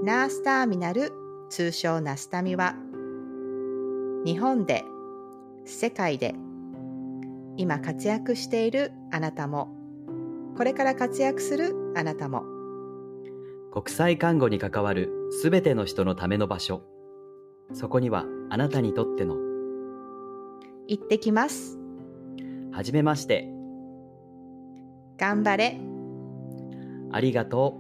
ナースターミナル、通称ナスタミは、日本で、世界で、今活躍しているあなたも、これから活躍するあなたも、 国際看護に関わるすべての人のための場所。そこにはあなたにとっての。 行ってきます。 はじめまして。 頑張れ。 ありがと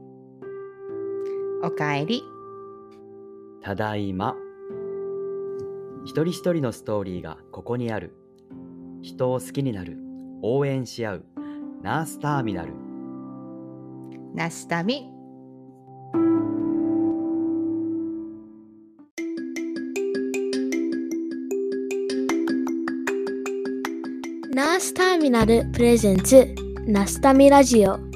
おかえり。 う。ただいま。一人一人のストーリーがここにある。人を好きになる。応援し合う。ナースターミナル。 ナスタミ。 ナースターミナルプレゼンツナスタミラジオ。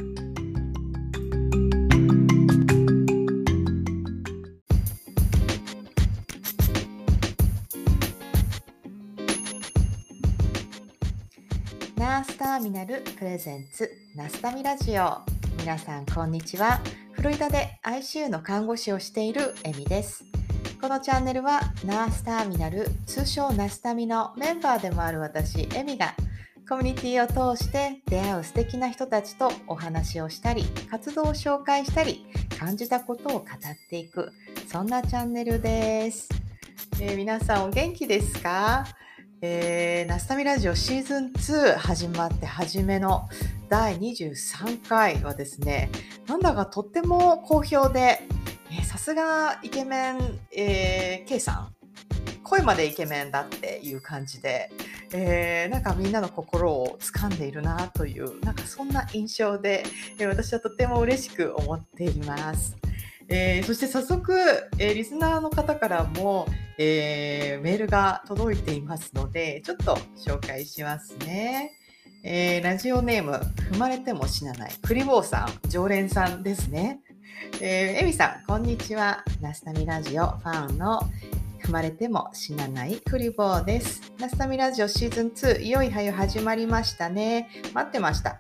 ナースターミナルプレゼンツナスタミラジオ。皆さんこんにちは。フロリダで ICU の看護師をしているエミです。このチャンネルはナースターミナル、通称ナスタミのメンバーでもある私エミがコミュニティを通して出会う素敵な人たちとお話をしたり、活動を紹介したり、感じたことを語っていく、そんなチャンネルです。皆さんお元気ですか？ナスタミラジオシーズン2始まって初めの第23回はですね、なんだかとっても好評で、さすがイケメン、K さん、声までイケメンだっていう感じで、なんかみんなの心を掴んでいるなという、なんかそんな印象で、私はとても嬉しく思っています。そして早速、リスナーの方からも、メールが届いていますので、ちょっと紹介しますね。ラジオネーム、踏まれても死なないクリボーさん、常連さんですね。エミさん、こんにちは。ナスタミラジオファンの踏まれても死なないクリボーです。ナスタミラジオシーズン2、いよいよ始まりましたね。待ってました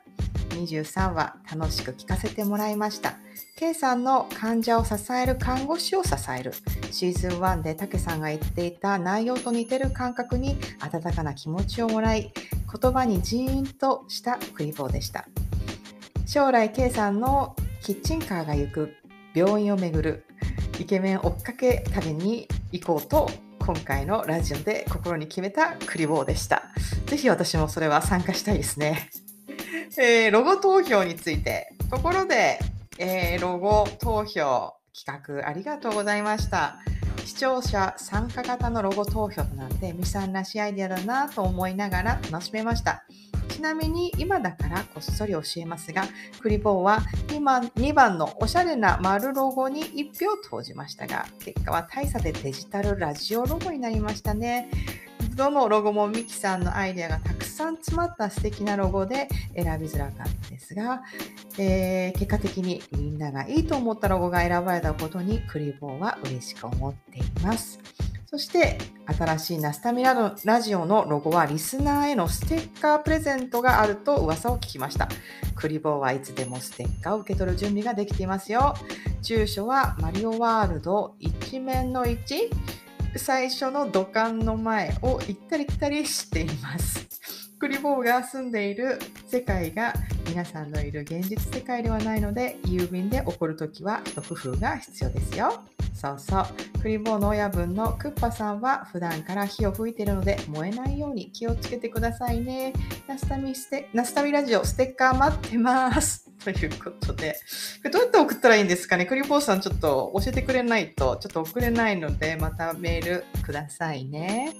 。23話楽しく聞かせてもらいました。K さんの患者を支える看護師を支える。シーズン1でタケさんが言っていた内容と似てる感覚に温かな気持ちをもらい、言葉にジーンとしたクリボーでした。将来 K さんのキッチンカーが行く病院を巡るイケメン追っかけ旅に行こうと今回のラジオで心に決めたクリボーでした。ぜひ私もそれは参加したいですね。ロゴ投票について。ところで、ロゴ投票企画ありがとうございました。視聴者参加型のロゴ投票なんてミさんらしいアイデアだなと思いながら楽しめました。ちなみに今だからこっそり教えますが、クリボーは2番のおしゃれな丸ロゴに1票投じましたが、結果は大差でデジタルラジオロゴになりましたね。どのロゴもミキさんのアイデアがたくさん詰まった素敵なロゴで選びづらかったですが、結果的にみんながいいと思ったロゴが選ばれたことにクリボーは嬉しく思っています。そして新しいナスタミラジオのロゴはリスナーへのステッカープレゼントがあると噂を聞きました。クリボーはいつでもステッカーを受け取る準備ができていますよ。住所はマリオワールド一面の1、最初の土管の前を行ったり来たりしています。クリボーが住んでいる世界が皆さんのいる現実世界ではないので、郵便で起こるときは一工夫が必要ですよ。そうそう。クリボーの親分のクッパさんは普段から火を吹いているので燃えないように気をつけてくださいね。ナスタミラジオステッカー待ってます。ということで、どうやって送ったらいいんですかね。クリボーさんちょっと教えてくれないとちょっと送れないので、またメールくださいね。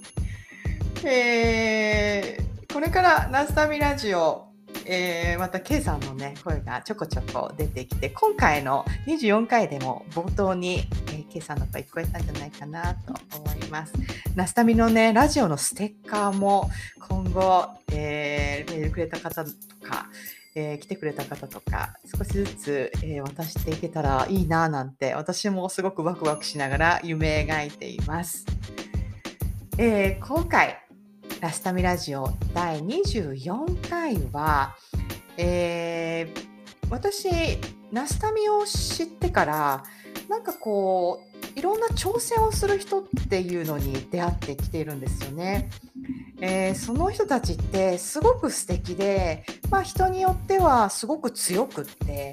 これからナスタミラジオ、また K さんのね声がちょこちょこ出てきて、今回の24回でも冒頭に、K さんの声聞こえたんじゃないかなと思います。ナスタミのねラジオのステッカーも今後、メールくれた方とか、来てくれた方とか少しずつ、渡していけたらいいななんて私もすごくワクワクしながら夢描いています。今回ナスタミラジオ第24回は、私ナスタミを知ってからなんかこういろんな挑戦をする人っていうのに出会ってきているんですよね。その人たちってすごく素敵で、人によってはすごく強くって、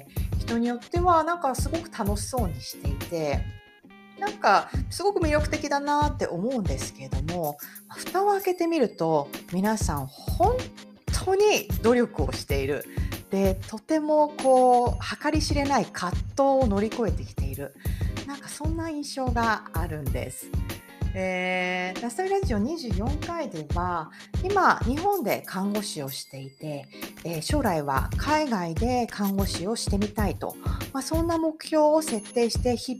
人によってはなんかすごく楽しそうにしていて、なんかすごく魅力的だなって思うんですけれども、蓋を開けてみると皆さん本当に努力をしている。で、とてもこう計り知れない葛藤を乗り越えてきている。なんかそんな印象があるんです。ラスタイラジオ24回では今日本で看護師をしていて、将来は海外で看護師をしてみたいと、そんな目標を設定して日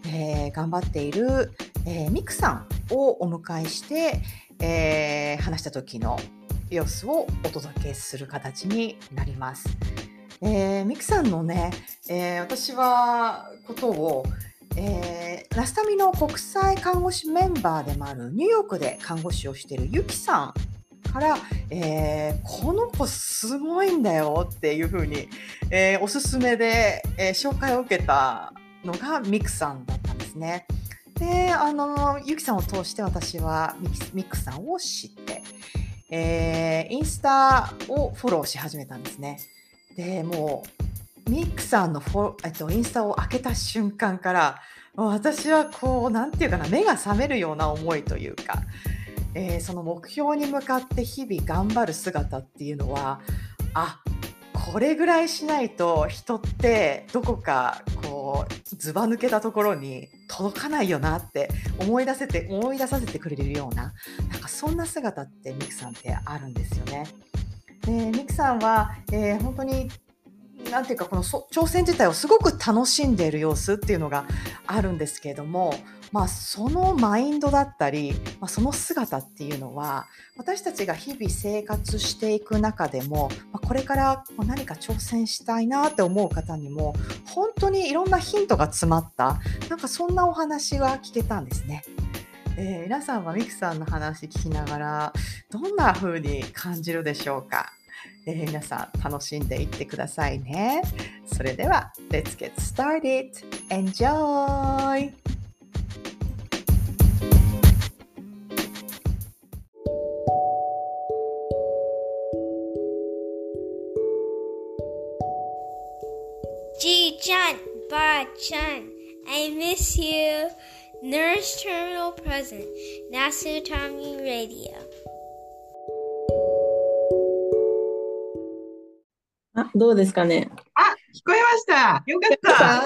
々、頑張っている、ミクさんをお迎えして、話した時の様子をお届けする形になります。ミクさんのね、私はことをラスタミの国際看護師メンバーでもあるニューヨークで看護師をしているユキさんから、この子すごいんだよっていう風に、おすすめで、紹介を受けたのがミクさんだったんですね。で、ユキさんを通して私はミクさんを知って、インスタをフォローし始めたんですね。で、もうミクさんのインスタを開けた瞬間から私はこうなんていうかな、目が覚めるような思いというか、その目標に向かって日々頑張る姿っていうのは、これぐらいしないと人ってどこかこうずば抜けたところに届かないよなって思い出させてくれるような、なんかそんな姿ってミクさんってあるんですよね。で、ミクさんは、本当になんていうか、この挑戦自体をすごく楽しんでいる様子っていうのがあるんですけれども、そのマインドだったり、その姿っていうのは私たちが日々生活していく中でも、これから何か挑戦したいなって思う方にも本当にいろんなヒントが詰まった、なんかそんなお話は聞けたんですね。皆さんはミクさんの話聞きながらどんな風に感じるでしょうか。皆さん楽しんでいってくださいね。それでは Let's get started! Enjoy! Ji-chan, Ba-chan, I miss you. Nurse Terminal Present, Nasutami Radio. どうですかね。 聞こえました。よかった。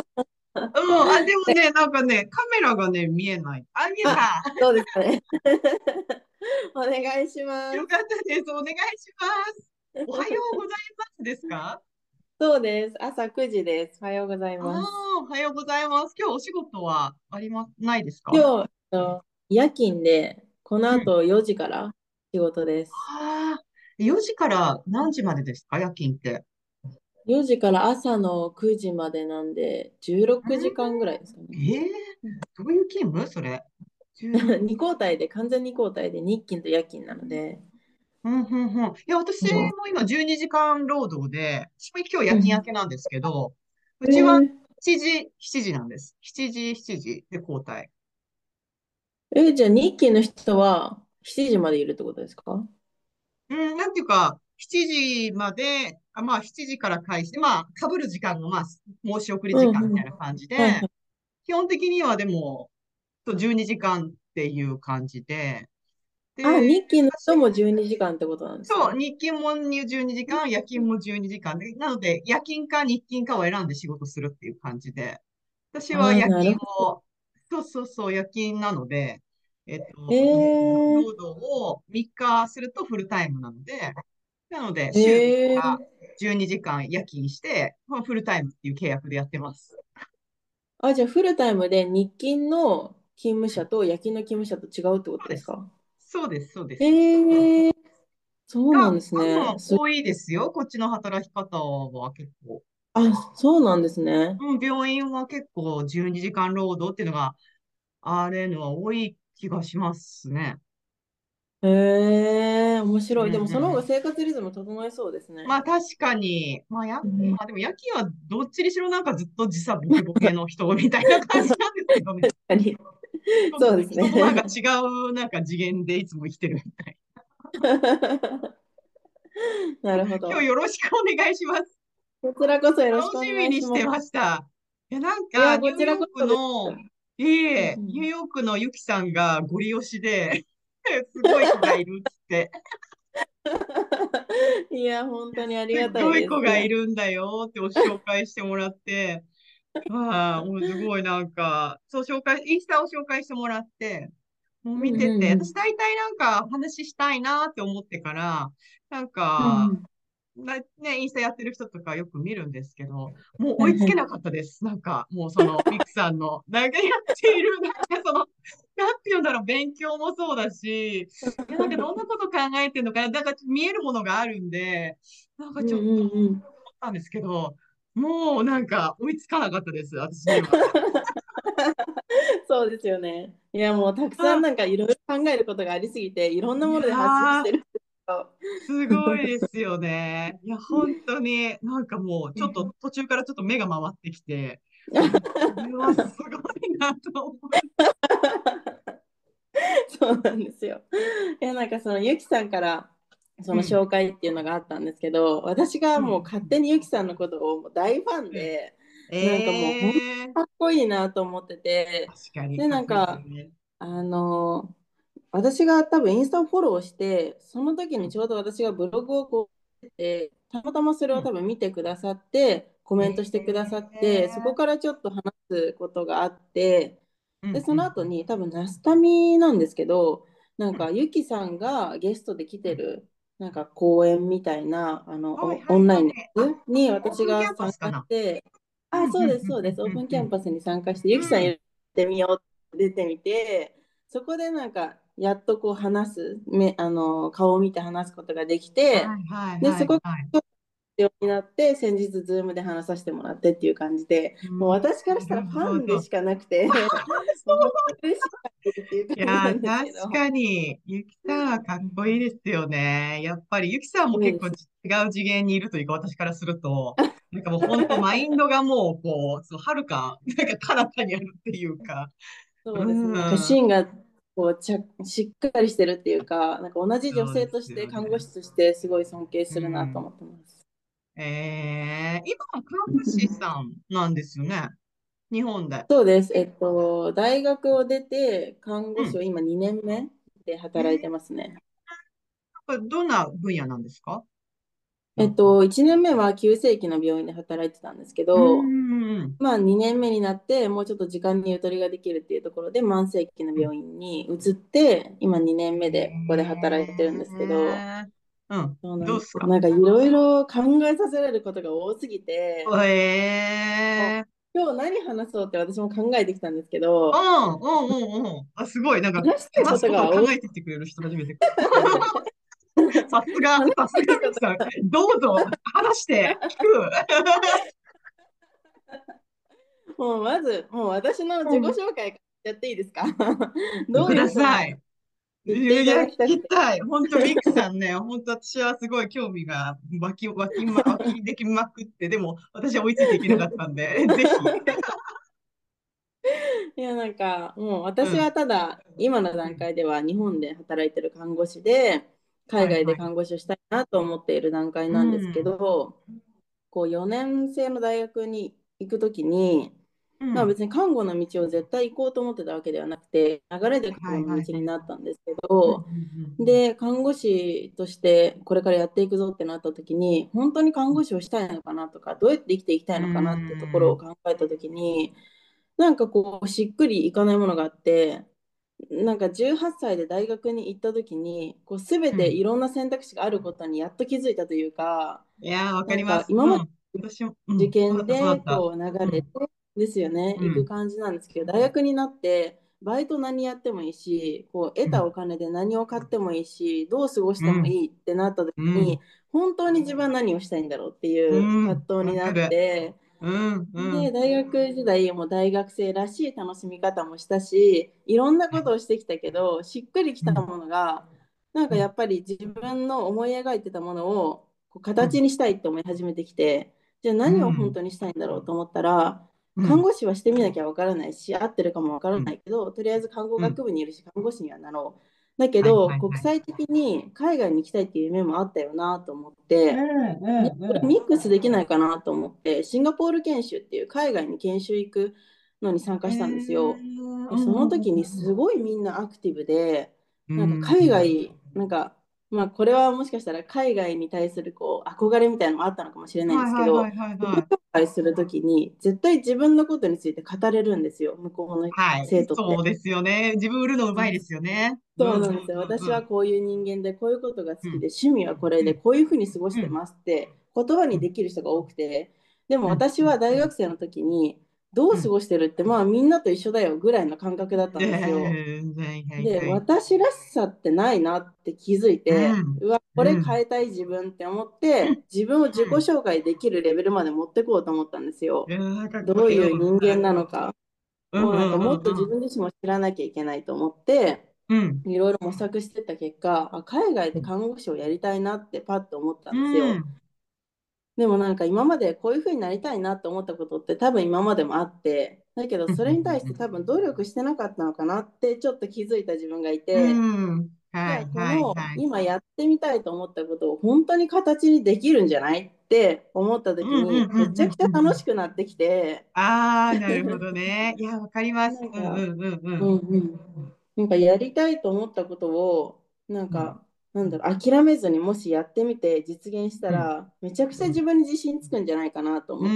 でもね、なんかね、カメラがね、見えない。見えた。 そうですかね。お願いします。 よかったです。お願いします。おはようございますですか？ そうです。朝9時です。おはようございます。 おはようございます。今日お仕事はないですか？ 今日、夜勤で、この後4時から仕事です。 4時から何時までですか、夜勤って。 4時から朝の9時までなんで、16時間ぐらいですかね。 どういう勤務それ。 2交代で、完全に交代で日勤と夜勤なので。 いや、私も今12時間労働で、私も今日夜勤明けなんですけど、うちは7時なんです。7時で交代。 じゃあ日勤の人は7時までいるってことですか？ なんていうか、7時まで、7時から開始で、被る時間が、申し送り時間みたいな感じで、 はいはい。 基本的にはでも、12時間っていう感じで、 日勤の人も12時間ってことなんですそう、 ね。 日勤も12時間、夜勤も12時間で、なので、夜勤か日勤かを選んで仕事するっていう感じで、私は夜なる勤ほを、そう、夜勤なので、 ど。 労働を3日するとフルタイムなので、週3日えー、 12時間夜勤して、フルタイムっていう契約でやってます。 じゃあフルタイムで日勤の勤務者と夜勤の勤務者と違うってこそうです。 とですか？ そうです、そうでえす。 ー、そうなんです多ね。 分多いですよ。こっちの働き方は結構。 そうなんですね。 病院は結構12時間労働っていうのが、あれのは多い気がしますね。 面白い。でうんもその方がうん。 生活リズム整えそうですね。 まあ確かに、 うんまあでも夜勤はどっちにしろなんかずっと時差ボケボケの人みたいな感じなんですけどね。 確かに。そうです人となんかね。 違うなんか次元でいつも生きてるみたい。 なるほど。 今日よろしくお願いします。 こちらこそよろしくお楽しみ願いします。 にしてました。いや、なんいや、 かニューこちらヨークこそです。 の、いえいえ、ニューうんヨークのユキさんがゴリ押しで、すごい子がいるっつって。 いや、本当にありがすっごいたいです。いや、 子がいるんだよって紹介してもらって、はい、もうすごいなんか、そうインスタを紹介してもらって、もううん見てて、 うんうん。 私大体なんか話したいなって思ってから、なんか、 うんうん。 ね、インスタやってる人とかよく見るんですけど、もうはいはい。 追いつけなかったです。なんか、もうその、ミクさんの、なんかやっている、なんかその、なんていうんだろう、勉強もそうだし、いや、なんかどんなこと考えてるのかな、なんか見えるものがあるんで、なんかうんちょっとうんうん。 思ったんですけど、もうなんか追いつかなかったです、私には。 そうですよね。いや、もうたくさんあ、 なんかいろいろ考えることがありすぎて、いろんないもので発信しやー、 てるんですすごいですよね。いや、本当に、なんかもう、ちょっとけど。 途中からちょっと目が回ってきて、あ、これはすごいなと思う。 そうなんですよ。いや、なんかそのゆきさんからそうん、 の紹介っていうのがあったんですけど、私がうん、 もう勝手にゆきさんのことをもう大ファンうん。 で、なんかもう本当にえー、 かっこいいなと思ってて、 確かにで、 かっこいいですよなんか、 ね。 あの私が多分インスタをフォローして、その時にちょうど私がブログをこうやってて、たまたまそれうん。 を多分見てくださって、コメントしてくださって、そこえからちょっと話すことがあって、で、 うん、うん、 その後に多分ナスタミなんですけど、なんうん、 かゆきさんがゲストで来てる、なんか講演みたいな、 はい、はい、 オンラインのはい。あ、 やつにオープンキャンパ私が参スかな。 加して、あ、 うん、うん、 そうです、 うん、うん、 そうです、オーうん、うん。 プンキャンパスに参加して、ゆきさんうん、 やってみようって出てみて、そこでなんか、やっとこう話す、顔を見て話すことができて、 はい、はい、 で、 はい、 そこはい。 ようになって、先日、ズームで話させてもらってっていう感じで、 うん、 もう私からしたらなるファンでほど。 しかなくて、もう本当に嬉しい限りっていういやー、 感じなんです確けど。 かに、ゆきさんはかっこいいですよね。やっぱり、ゆきさんも結構そうです。 違う次元にいるというか、私からすると、なんかもう本当、マインドがもう、こう、そう、はるか、なんか彼方にあるっていうか、 そうですね。なんかうん、 芯がしっかりしてるっていうか、なんか同じ女そうで性として、 すよね。 看護師としてすごい尊敬うするなと思ん。 ってます。 今は看護師さんなんですよね。日本で。 そうです。大学を出て、看うん。 護師を今2年目で働いてますね。 これどんな分野なんですか？なんか。 1年目は急性期の病院で働いてたんですけうど、 ん。 まあ2年目になって、もうちょっと時間にゆとりができるっていうところで、慢性期のうん。 病院に移って、今2年目でここでへ働いてるんですけど、 え。うん。 そうなんですよ。 どうっすか？ なんかいろいろ考えさせられることが多すぎて、もええ。 う今日何話そうって私も考えてきたんですけうん、 ど、 うん。あ、すごい。なんか、 話したいこ話すことをとが多す考えてきてくれる人初めて。 ぎて、話さすがしたいことミキさん。どうぞ、話して、聞く。 もうまず、もう私の自己うん。 紹介からやっていいですか？どうくだいう人なのかさい。 知っていたいや、聞だきたくて。 きたい。本当ミクさんね、本当私はすごい興味が湧きできまくって、でも私は追いついていけなかったんで、ぜひ。 いや、なんか、もう私はうん。 ただ、今のうん。 段階では日本で働いてる看護師で、海はいはい。 外で看護師をしたいなと思っている段階うなんですけん。 ど、こう4年生の大学に行くときに、まあうん。 別に看護の道を絶対行こうと思ってたわけではなくて、流れで看護はいはいはい。 の道になったんですけうん。うど、 ん。 で、看護師としてこれからやっていくぞってなった時に、本当に看護師をしたいのかなとか、どうやって生きていきたういのかなってところをん。 考えた時に、なんかこう、しっくりいかないものがあって、なんか18歳で大学に行った時に、こう全うん。 ていろんな選択肢があることにやっと気づいたというか、 いやー、わかなんります。 か今までうん。私も、う受ん。そうだった、そうだ験でった。 こう流うん。 れてですよね、 うん。 行く感じなんですけど、大学になってバイト何やってもいいし、こう得うん。 たお金で何を買ってもいいし、どう過ごしうん。 てもいいってなった時に、 うん。 本当に自分は何をしたいんだろうっていううん。 葛藤になっわかる。 て、 うん。うで、 ん。 大学時代も大学生らしい楽しみ方もしたし、いろんなことをしてきたけど、しっくりきたうん。 ものがなんかうん、 やっぱり自分の思い描いてたものをこううん、 形にしたいって思い始めてきて、じゃあ何を本うん、 当にしたいんだろうと思ったら、 うん、 看護師はしてみなきゃわからないし、合ってるかもわからうん、 ないけど、とりあえず看護うん。 学部にいるし、看護師にはなろう。だけはい、 ど、 はい、はい。 国際的に海外に行きたいっていう夢もあったよなと思っうん、 て、で、 うん、 これうん。 ミックスできないかなと思って、シンガポール研修っていう海外に研修行くのに参加したんですよ。で、 うん、 そのうん、 時にすごいみんなアクティブで、 うなんかん。 海外、なんか、まあこれはもしかしたら海外に対するこう憧れみたいなのもあったのかもしれないんはい、はい、はい、 ですけど、 はい、 自己はい。 紹介する時に絶対自分のことについて語れるんですよ、向こうのはい、 生徒って。 そうですよね。自分売るのうまいですよね。うん、うん、 そうなんですよ。 うん、うん。 私はこういう人間で、こういうことが好うん、 きで、趣味はこれで、 うん、 こういうふうに過ごしうん、 てますって言葉うん、 にできる人が多くて、でもうん。 私は大学生の時に、どううん。 過ごしてるって、まあみんなと一緒だよぐらいの感覚だったんですよ。 はいはいで、 はい。 私らしさってないなって気づいうて、 ん。 うわ、これうん。 変えたい自分って思って、自分を自己うん。 紹介できるレベルまで持ってこうと思ったんですよ。 かっこいい。うどういうん。 人間なのか。 うんうもうなんかもっと自んうん分自身も知らなきゃいけないと思って、 うん。 いろいろ模索してった結果、海外で看護師をやりたいなってパッと思ったうんですよ。 ん。 でもなんか今までこういう風になりたいなって思ったことって多分今までもあって、だけどうん。 それに対して多分努力してなかったのかなってちょっと気づいた自分がいうて、 ん。うん。 じゃあはいこのはいはい。 今やってみたいと思ったことを本当に形にできるんじゃないって思った時うんうんにうんうめちゃくちゃんうんうん。 楽しくなってきて、 ああ、なるほどね。いや、わかります。うんうなんか、 んうんうん。 うんうん。なんかやりたいと思ったことを、なんうんか、なんだろう、諦めずにもしやってみて実現したうんら、めちゃくちゃ自分に自信つくんじゃないかなとう思って、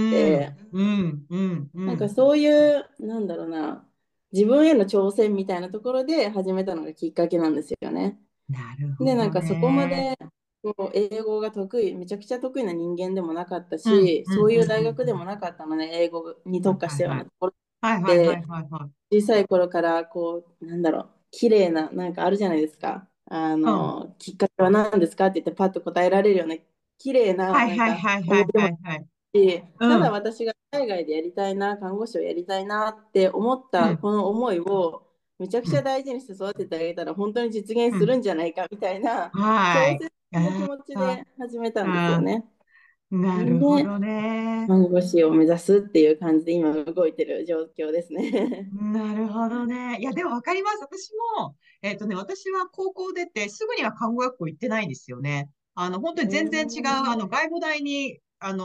んうんうんうなんかん。 そういう、なんだろうな、自分への挑戦みたいなところで始めたのがきっかけなんですよね。 なるほで、なんどかそこまね。 でこう英語が得意、めちゃくちゃ得意な人間でもなかったうんし、 うんうんそういう大うん学でもなかったので、英語にはい特化したようはいはい。 なところはいはいはいで、 はいはい。 小さい頃からこう、なんだろう、綺麗な、なんかあるじゃないですか。 うん。 きっかけは何ですかって言ってパッと答えられるような綺麗な、 はいはいなんかはいはい思い出もあはいはい。 るし、ただうん。 私が海外でやりたいな、看護師をやりたいなって思ったこうん。 の思いをめちゃくうん。 ちゃ大事にして育ててあげたら本当に実現するうん。 んじゃないかみたいなはい。 挑戦の気あ持ちあ、 で始めたんですよああ、 ね。 なるほで、 どね。 看護師を目指すっていう感じで今動いてる状況ですね。 なるほどね。いや、でもわかります。私も、私は高校出てすぐには看護学校行ってないんですよね。本当にう全然違う、 ーん。 外語大に、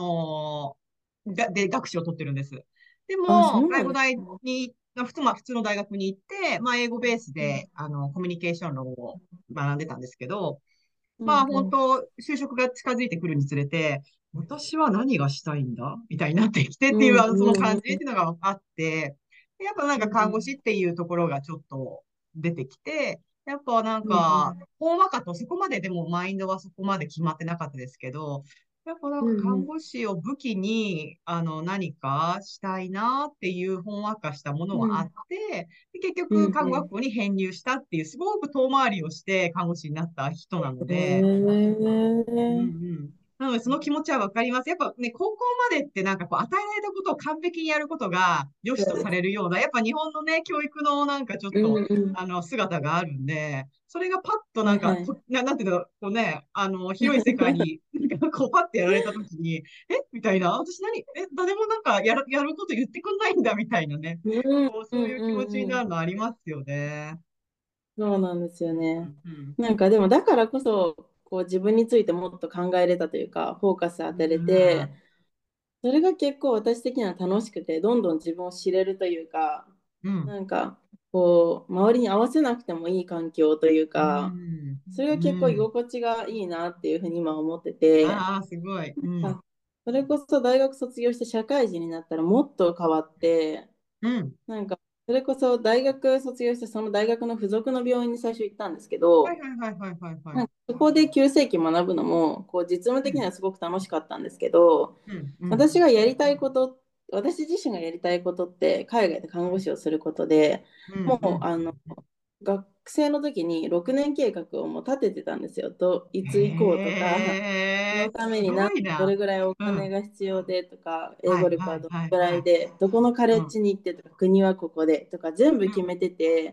で学士を取ってるんです。であ、 も、 そうなんです外語大ね。 に、まあ、普通の大学に行って、まあ、英語ベースで、コミュニケーション論を学んでたんですけど、まあ、本うんうん当、就職が近づいてくるにつれて、私は何がしたいんだみたいになってきてっていう、 うんそのうんうん感じっていうのがあって、でやっぱなんか看護師っていうところがちょっと出てきて、やっぱなんか、 うんほんわかとそこまででもマインドはそこまで決まってなかったですけど、やっぱなんかうんうん看護師を武器に、何かしたいなっていうほんわかしたものはあって、で結局看護学校に編入したっていう、すごく遠回りをして看護師になった人なのへで、うんうえ。 ん。なので、その気持ちはわかります。やっぱね、高校までってなんかこう、与えられたことを完璧にやることが良しとさそうです。 れるような、やっぱ日本のね、教育のなんかちょっと、 うんうん。 姿があるんで、それがパッとなんか、 はいはい。 なんていうの、こうね、広い世界に、なんかこう、パッてやられたときに、みたいな、私誰もなんかやること言ってくんないんだ、みたいなね。 うんこう、 うんそういう気持ちにうんうん。 なるのありますよね。 そうなんですようんね。 うん。 なんかでもだからこそ、こう自分についてもっと考えれたというか、フォーカス当てれて、それが結構私的には楽しくて、どんどん自分を知れるというか、 うん。 なんかこう、周りに合わせなくてもいい環境といううか、 ん。 それがうん。 結構居心地がいいなっていうふうに今思ってて、 ああ、すごい。うん。 あ、それこそ大学卒業して社会人になったらもっと変わって、 うん。 なんかそれこそ大学卒業してその大学の付属の病院に最初行ったんですけはいど、 はいはいはいはいはい。 なんかそこで急性期学ぶのもこう実務うん。 的にはすごく楽しかったんですけど、 うん。うん。 私がやりたいこと、私自身がやりたいことって海外で看護師をすることで、 うん。 もうん。 う学生の時に6年計画をもう立ててたんですよ。いつ行こうとか、そへえ、 のためすにどごいな。 れぐらいおうん。 金が必要でとか、英はい語力はいはどのぐはいはい。 らいで、どこのカレうん。 ッジに行ってとか、国はここでとか、全部うん。 決めてて、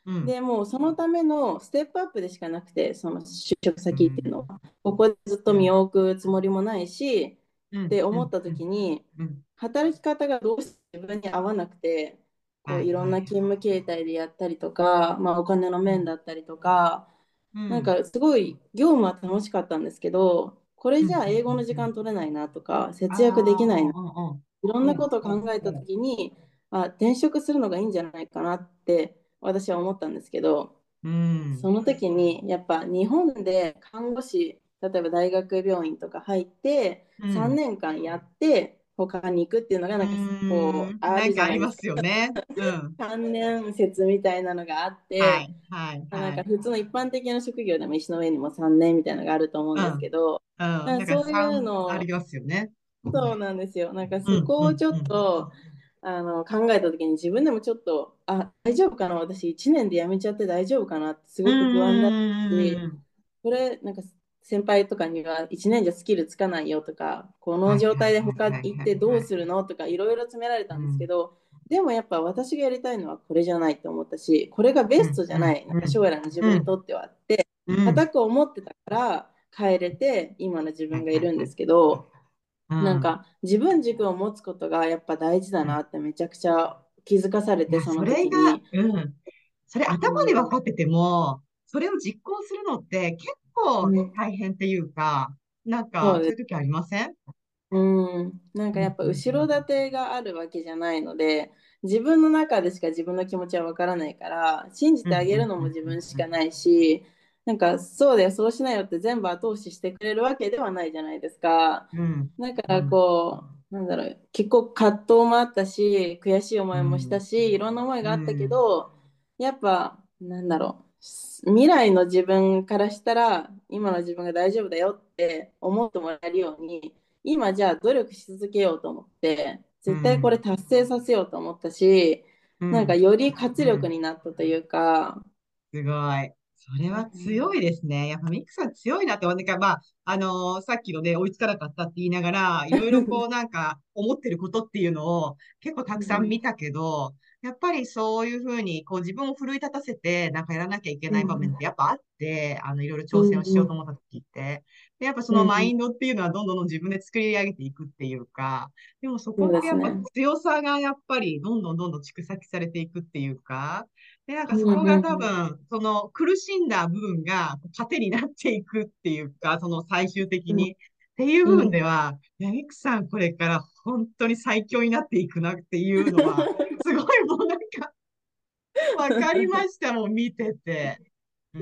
うんでもうそのためのステップアップでしかなくて、その就職う先っていうのんは、ここでずっと身うんを置くつもりもないし、 うんって思ったうんうん時に、 うん働き方がどうして自分に合わなくて、こはいはい。 ういろんな勤務形態でやったりとか、まあ、お金の面だったりとか、なんうんかすごい業務は楽しかったんですけど、これうんうんじゃあ英語の時うん間取れないなとか、 あ節約できないな、 あ、 いろんうんうんなことを考えたうん時に、転職するのがいいんじゃないかなって私は思ったんですけど、 うんうんその時にやっぱ日本で看護師、例えば大学病院とか入って3 うん年間やって他に行くっていうのがうなんかこうあなんかありまるじゃないですか。 すよね。うん。 関連説みたいなのがあって、 はい、はい、 なんはい。 か普通の一般的な職業でも石の上にも3年みたいなのがあると思うんですうん、 けど、 うん。 なんかだからそういう 3あのを、 りますよね。 そうなんですよ。なんかそうん、うん、 こをちょっうん。 と考えた時に自分でもちょっと、大丈夫かな、私1年で辞めちゃって大丈夫かなってすうん、 ごく不安だし、 うん。 これ、なんか先輩とかには1年じゃスキルつかないよとか、このはい、 状はい、 態で他はい、 行っはい、はい。 てどうするのとか、いろいろ詰められたんですけうん、 ど、でもやっぱ私がやりたいのはこれじゃないと思ったし、これがベスうん、うん、 トじゃない、なんうん、 か将来の自分にとってはって、 うん。 固く思ってたから帰れて、今の自はい、 分がいはい、はい。 るんですけど、 うん、 なんか自分軸を持つことがやっぱ大事だうん。 なってめちゃくちゃ気づかされて、 いや、 そのそれが、 時に。 うん。それう頭で分ん、 かってても、それを実行するのって結構うん、 大変っていうか、なんか、 そうです。 そういう時ありません？ なんかやっうん、うん、 ぱ後ろ盾があるわけじゃないので、自分の中でしか自分の気持ちはわからないから、信じうん、うん、 てあげるのうん、 も自分しうん、 かないし、なんかそうだよ、そうしなよって全部後押ししてくれるわけではないじゃないですか。 うん、 だからうん、 なんだろう、結構葛藤もあったし、悔しい思いもしたうん、 し、いろんな思いうがあったけん、 ど、やっぱ、なんだろう、未来の自分からしたら、今の自分が大丈夫だよって思ってもらえるように、今じゃあ努力し続けようと思って、絶対これうん、 達成させようと思ったし、なんかうん、 より活うん。 力になったというか、 すごい。それはうん、 強いですね。やっぱミクさん強いなって、なんかまあ、さっきのね、追いつかなかったって言いながら、いろいろこうなんか思ってることっていうのを結構たくさん見たけど、やっぱりそういうふうにこう自分を奮い立たせてなんかやらなきゃいけない場面ってやっぱあって、いろいろ挑戦をしようと思った時って。で、やっぱそのマインドっていうのはどんどんどん自分で作り上げていくっていうか、でもそこそうってやっぱですね。 強さがやっぱりどんどんどんどん蓄積されていくっていうか、で、なんかうんそこが多うん分、その苦しんだ部分が糧になっていくっていうか、その最終的うんに。っていう部分でうん。 は、いや、ミクさんこれから本当に最強になっていくなっていうのは、すごいもうなんかわかりましたもん、見てて。うん。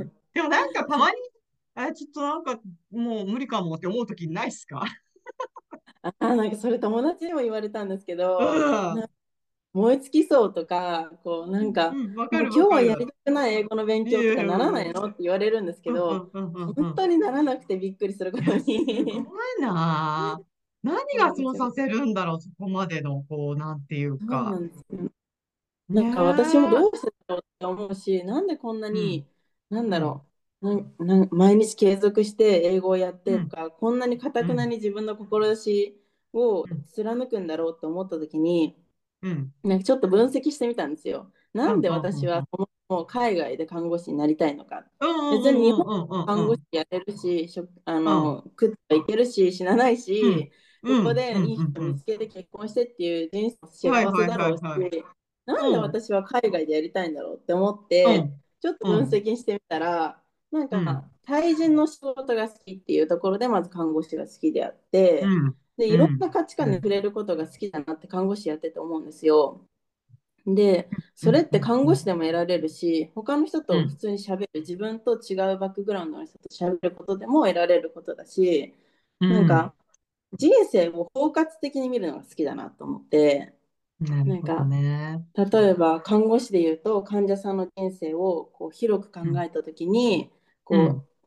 でもなんかたまに、ちょっとなんかもう無理かもって思うときないっすか？ なんかそれ友達にも言われたんですけうど、 ん。 燃え尽きそうとか、なんか、 うん、わかもうる今日はやりわかる。 たくない英語の勉いやいやい強とかならなや、 いのって言われるんですけうんうど、 んうんうんうん。 本当にならなくてびっくりするこいや、 とすごに。 いなあ。何そうなんですよ。 がそうさせるんだろう、そこまでの、こう、なんていうそうなか。 んですよ。 ねなんか私もどえ。 うしてだろうって思うし、なんでこんなうん、 に、なんうん、 だろ毎日継続して英語をやっうん、 てとか、こんなに頑くなうん、 に自分の志をうん、 貫くんだろうと思った時に、 うん、 なんかちょっと分析してみたんですよ。 うん、 なんでうん、うん、うん、 私はそもそも海外で看護師になりたいのか。 うん、 別に日本でうん、うん、 看護師うん、 やれるし、 うん、 食ってはいけるし、死なないうん、 し、ここうん、うん、 でいい人うん。 見つけて結婚してっていう人生はいはい幸せだろうし、 はいはい。 なんでうん、 私は海外でやりたいんだろうって思って、 うん、 ちょっと分うん、 析してみたら、なんうん、 か対人の仕事が好きっていうところでまず看護師が好きであって、 うん、 で、いろんうん、 な価値うん、 観に触れることが好きだなって看護師やってて思うんですよ。で、 うん、 それって看うん、 護師でも得られるし、他の人うん、 と普通に喋る、自分と違うバックグラウンドの人と喋ることでも得られることだし、 うん。 なんか人生を包括的に見るのが好きだなと思って、 なるほどなんかね。 例えば看護師で言うと患者さんの人生をこう広く考うん、 えた時にうん、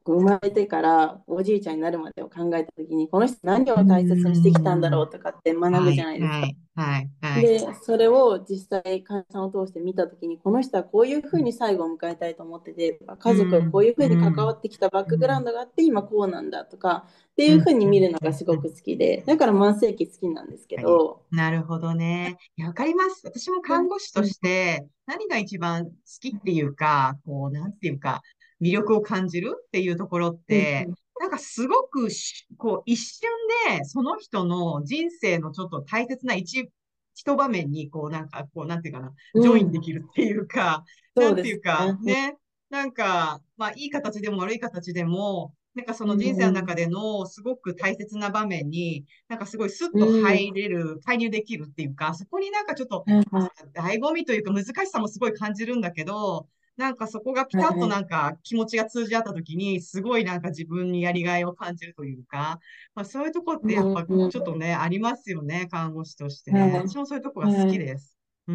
生まれてからおじいちゃんになるまでを考えたときに、この人何うを大切にしてきたんだろん。 うとかって学ぶじゃはい、 ないですか。 はい、はい、はい。 で、それを実際、患者さんを通して見たときに、この人はこういうふうに最後を迎えたいと思ってて、 う家族がこうん、 いうふうに関わうん、 ってきたバックグラウンうん、 ドがあって、今こうなんだとか、ってうん、 いうふうにうん、 見るのがすごく好きで、だから慢性期好きなんですけはい。 ど、 なるほどね。いや、わかります。私も看護師とうん、 して、何が一番好きっていうか、なんていうか、魅力を感じるっていうところっうん、 て、なんかすごく一瞬で、その人の人生のちょっと大切な一場面に、なんていうかな、ジョインでうん、 きるっていうか、なんそうですていうか、 ね。 ね、なんか、まあ、いい形でも悪い形でも、なんかそうん、 の人生のうん、 中でのすごく大切な場面に、なんかすごいスッうとん、 介入できるっていうか、そこになんかちょっと、 はい、 まあ、 はい、 醍醐味というか難しさもすごい感じるんだけど、なんかそこがピタッとはい、 なんか気持ちが通じ合った時に、すごいなんか自分にやりがいを感じるというか、まあそういうとこってうん、 やっぱうん、 ちょっとね、ありますよね、看護師として。 はい、 私もそういうとこが好はい。 きです。うん。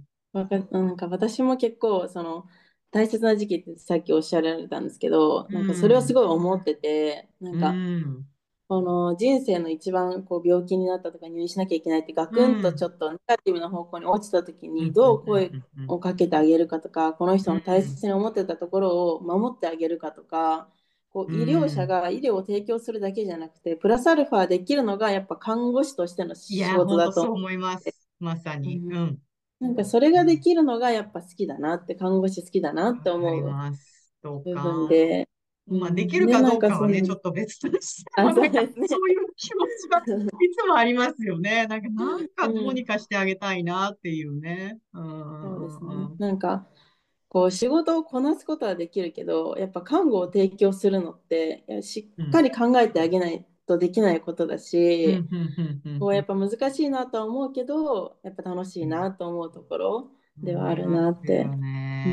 なんか私も結構大切な時期ってさっきおっしゃられたんですけど、 うなんかそれをすん。 ごい思ってて、なんうかん。 この人生の一番病気になったとか入院しなきゃいけないってガうクンとちょん。 っとネガティブな方向に落ちた時うん。 にうん。 どう声うん。うん。 をかけてあげるかとか、この人の大うん。 切に思ってたところを守ってあげるかとか、 う医療者ん。 が医療を提供するだけじゃなくてプラスアルファできるのがやっぱ看護師としての仕いや、 事だと思本当そう思います。まさに。 う。うん、 うん。 なんかそれがでうん。 きるのがやっぱ好きだなって、看護師好きだなってわかり思うます。どう部分か。 で、うまあ、できん、で、 るかなんかどうかはね、ちょっと別としても、 あ、そうなんか、 ですね。 そういう気持ちがいつもありますよね。なんかどうにうん、 かしてあげたいなっていうね。うん、 そうですね。 うん、うん。 なんか、仕事をこなすことはできるけど、やっぱ看護を提供するのって、しうん、 っかり考えてあげないとできないことだうん、 し、 うん、うん、うん。うんやっぱ難しいなとは思うけど、やっぱ楽しいなと思うところではある思いまなって。 すようん、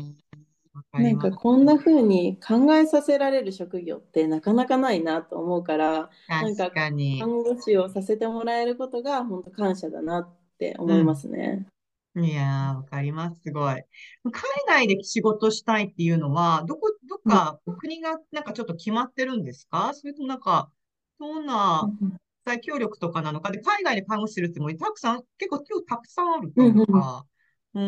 ね。わかなんります。 かこんな風に考えさせられる職業ってなかなかないなと思うから、 確なんかかに。 看護師をさせてもらえることが本当感謝だなって思いまうん。 すね。 いやー、わかります。すごい。海外で仕事したいっていうのは、どっうん、 か国がなんかちょっと決まってるんですか？それともなんか、どんな再協力とかなのかで、海外で看護師するってもたくさん、結構今日たくさんあるといううん、うん、 か、うん。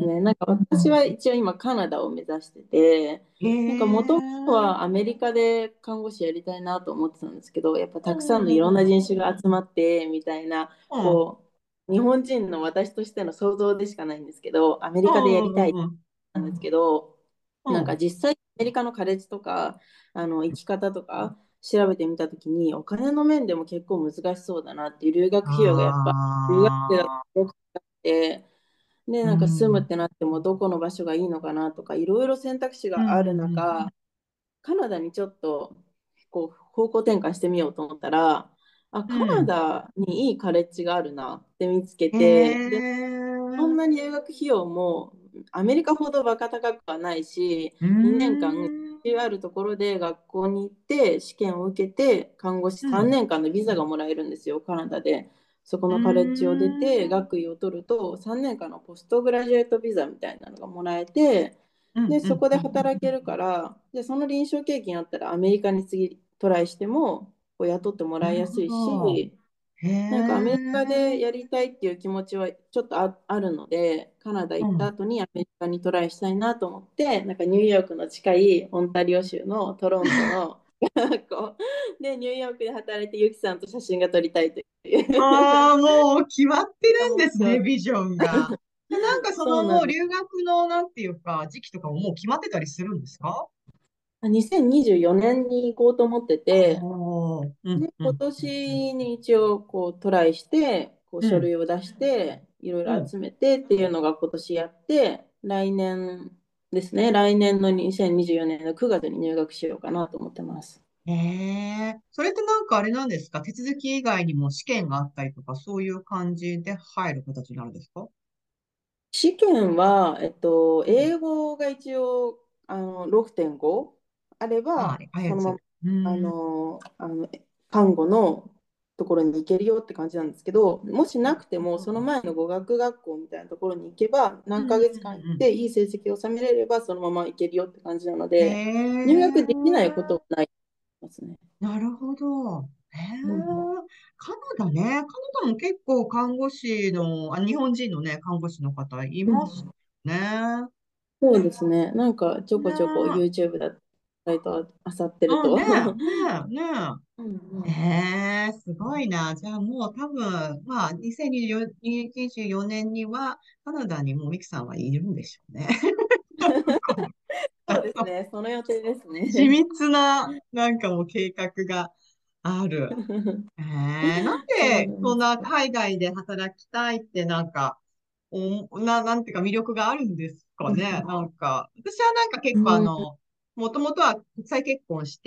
そうですね。なんか私は一応今カナダを目指してて、 へなんかもともとえ。 はアメリカで看護師やりたいなと思ってたんですけど、やっぱうたくさんのいろんなん、 人種が集まってみたいな、 うん、 日本人の私としての想像でしかないんですけど、アメリカでやうん、 りたいうん、 なんですけど、 うん。 なんか実際アメリカのカレッジとか生き方とか調べてみたときにお金の面でも結構難しそうだなっていう留学費用がやっぱ留学生だとああ、 すごく高くて、で、 うなんか住むっん、 てなってもどこの場所がいいのかなとかいろいろ選択肢うん、 があるうん、 中、カナダにちょっと方向転換してみようと思ったら、 うカナん。 ダにいいカレッジがあるなって見つけへて、で、そんえ。 なに留学費用もアメリカほどバカ高くはないし、 うー 2年間ん。 あるところで学校に行って試験を受けて看護師3 うん。 年間のビザがもらえるんですよ、カナダで。そこうーのカレッジを出てん。 学位を取ると3年間のポストグラジュエットビザみたいなのがもらえて、 うん。 で、 うん。 そこでうん。 働けるから、で、その臨床経験あったらアメリカに次トライしても雇ってもらいなるほやすいど。 し、 へなんかアメリえ。 カでやりたいっていう気持ちはちょっとあるので、カナダ行ったうん。 後にアメリカにトライしたいなと思って、なんかニューヨークの近いオンタリオ州のトロントの学校でニューヨークで働いてユキさんと写真が撮りたいというああ、もう決まってるん思ってます。 ですね、ビジョンが。なんかそのもうそうなんです。 留学のなんていうか、時期とかももう決まってたりするんですか？ 2024年に行こうと思ってああて、 ー、うん。 で、今うん。うん。 年に一応トライして、 うん。 書類を出して、いろいろうん。 集めてっていうのが今年やって、来年ですね、来年の2024年の9月に入学しようかなと思ってます。 へえ。それってなんかあれなんですか？手続き以外にも試験があったりとか、そういう感じで入る形になるんですか？ 試験は、 うん。 英語が一応6.5あれば、 ああ、ああいうやつ。 そのまま、 うーん。 看護のところに行けるよって感じなんですけど、もしなくても、その前の語学学校みたいなところに行けば、何ヶ月間行っていい成績を収めれれば、そのまま行けるよって感じなのへで、入学できないことえ、 はないと思いますね。 なるほど。へえ、 うん、 カナダね。カナダも結構看護師の、日本人のね、看護師の方いますうん、 ね。 そうですね。なんかちょこちょこね YouTube だったりとあさってるうん、 と。 ねうんうえ、 ん、 ねえ、すごいな。じゃあもう多分、まあ、2024年には、カナダにもうミキさんはいるんでしょうね。 そうですね。その予定です緻ね。 密な、なんかもう計画がある。なんそうで、そんなんです。 な海外で働きたいってなんか、なんていうか魅力があるんですかね。なんか、私はなんか結構うんもともとは国際結婚して、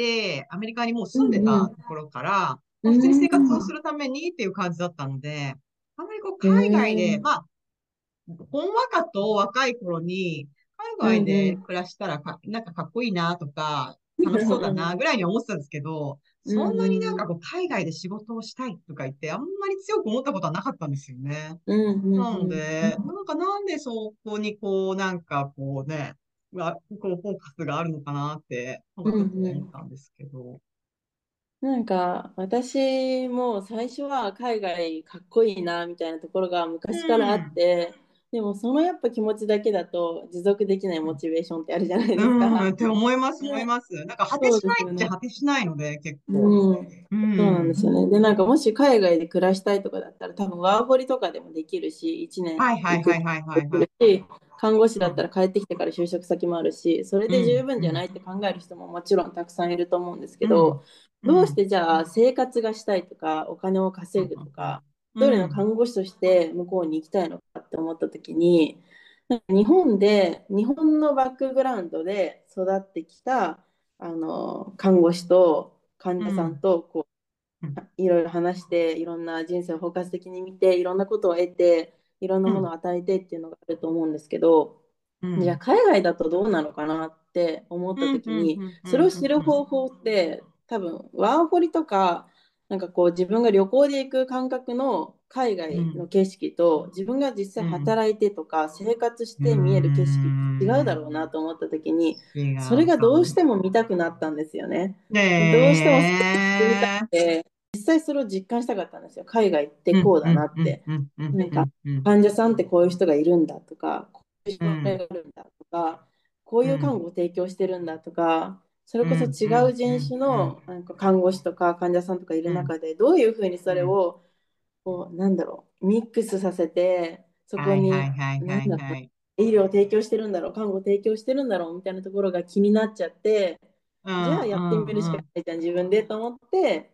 アメリカにもうう住んでんうたところから、まあ、普通にん。 生活をするためにっていう感じだったので、あんまりこうへ海外で、 え。 まあ、ほんわかと若い頃に、 う海外んうん。 で暮らしたらなんかかっこいいなとか、楽しそうだなぐらいに思ってたんですけど、 うそんなになんんうんかこう海外で仕事をしたいとか言って、あんまり強く思ったことはなかったんですよね。 うんうなのんうん。 で、なんでそこにこう、なんかこうね、こうフォーカスがあるのかなって、なんうんかちょっとうん。 思ったんですけど。 なんか私も最初は海外かっこいいなみたいなところがう昔からあっん。 て、でもそのやっぱ気持ちだけだと持続できないモチベーションってあるじゃないですうん、 か。 って思います、思いね、 ます。なんか果てそうしなですよね。 いっちゃ果てしないので、結構。 うん、 うそうなんですん。 よね。で、なんかもし海外で暮らしたいとかだったら多分ワーホリとかでもできるし、1年はいはい行くとかはいはいはできいはい。 るし、看護師うん。 だったら帰ってきてから就職先もあるし、それで十うん。うん。 分じゃないって考える人ももちろんたくさんいると思うんですけうん。 ど、どうしうん。 てじゃあ生活がしたいとか、お金を稼ぐとか、一人のうん。 看護師として向こうに行きたいのかって思った時に、なんか日本で、日本のバックグラウンドで育ってきた看護師と患者さんうん。 とこうん。 ういろいろ話して、いろんな人生を包括的に見て、いろんなことを得て、いろんなものを与えてっていうのがあると思うんですけど、じゃあうん。 海外だとどうなのかなって思ったうん。うん。 時に、 うん。うん。 それを知る方法って多分ワーホリとか、なんかこう自分が旅行で行く感覚の海外の景色と自分が実際うん。 働いてとか生活しうて見える景色って違うだろうん。 なと思った時に、 違それうかも。 がどうしても見たくなったんですよね。どうしてもそれが見たくねえ。 て、実際それを実感したかったんですよ。海外ってうん。 こうだなうん。うん。 って。 うん。うん。 なんかうん。 患者さんってこういう人がいるんだとか、こういう症例うん。 があるんだとか、こういう看うん。 護を提供してるんだとか、それうん。 こそ違うん。 う人種うん。 のなんか看護師とか患者さんとかいるうん。 中で、どういうふうにそうん。 れをこうなんだろう、ミックスさせて、そこはいはいにはいはいなんだろう、 はい。 医療を提供してるんだろう、看護を提供してるんだろうみたいなところが気になっちゃって、 うんじゃあやってみるしかうんうん。 ないじゃん、自分でと思って、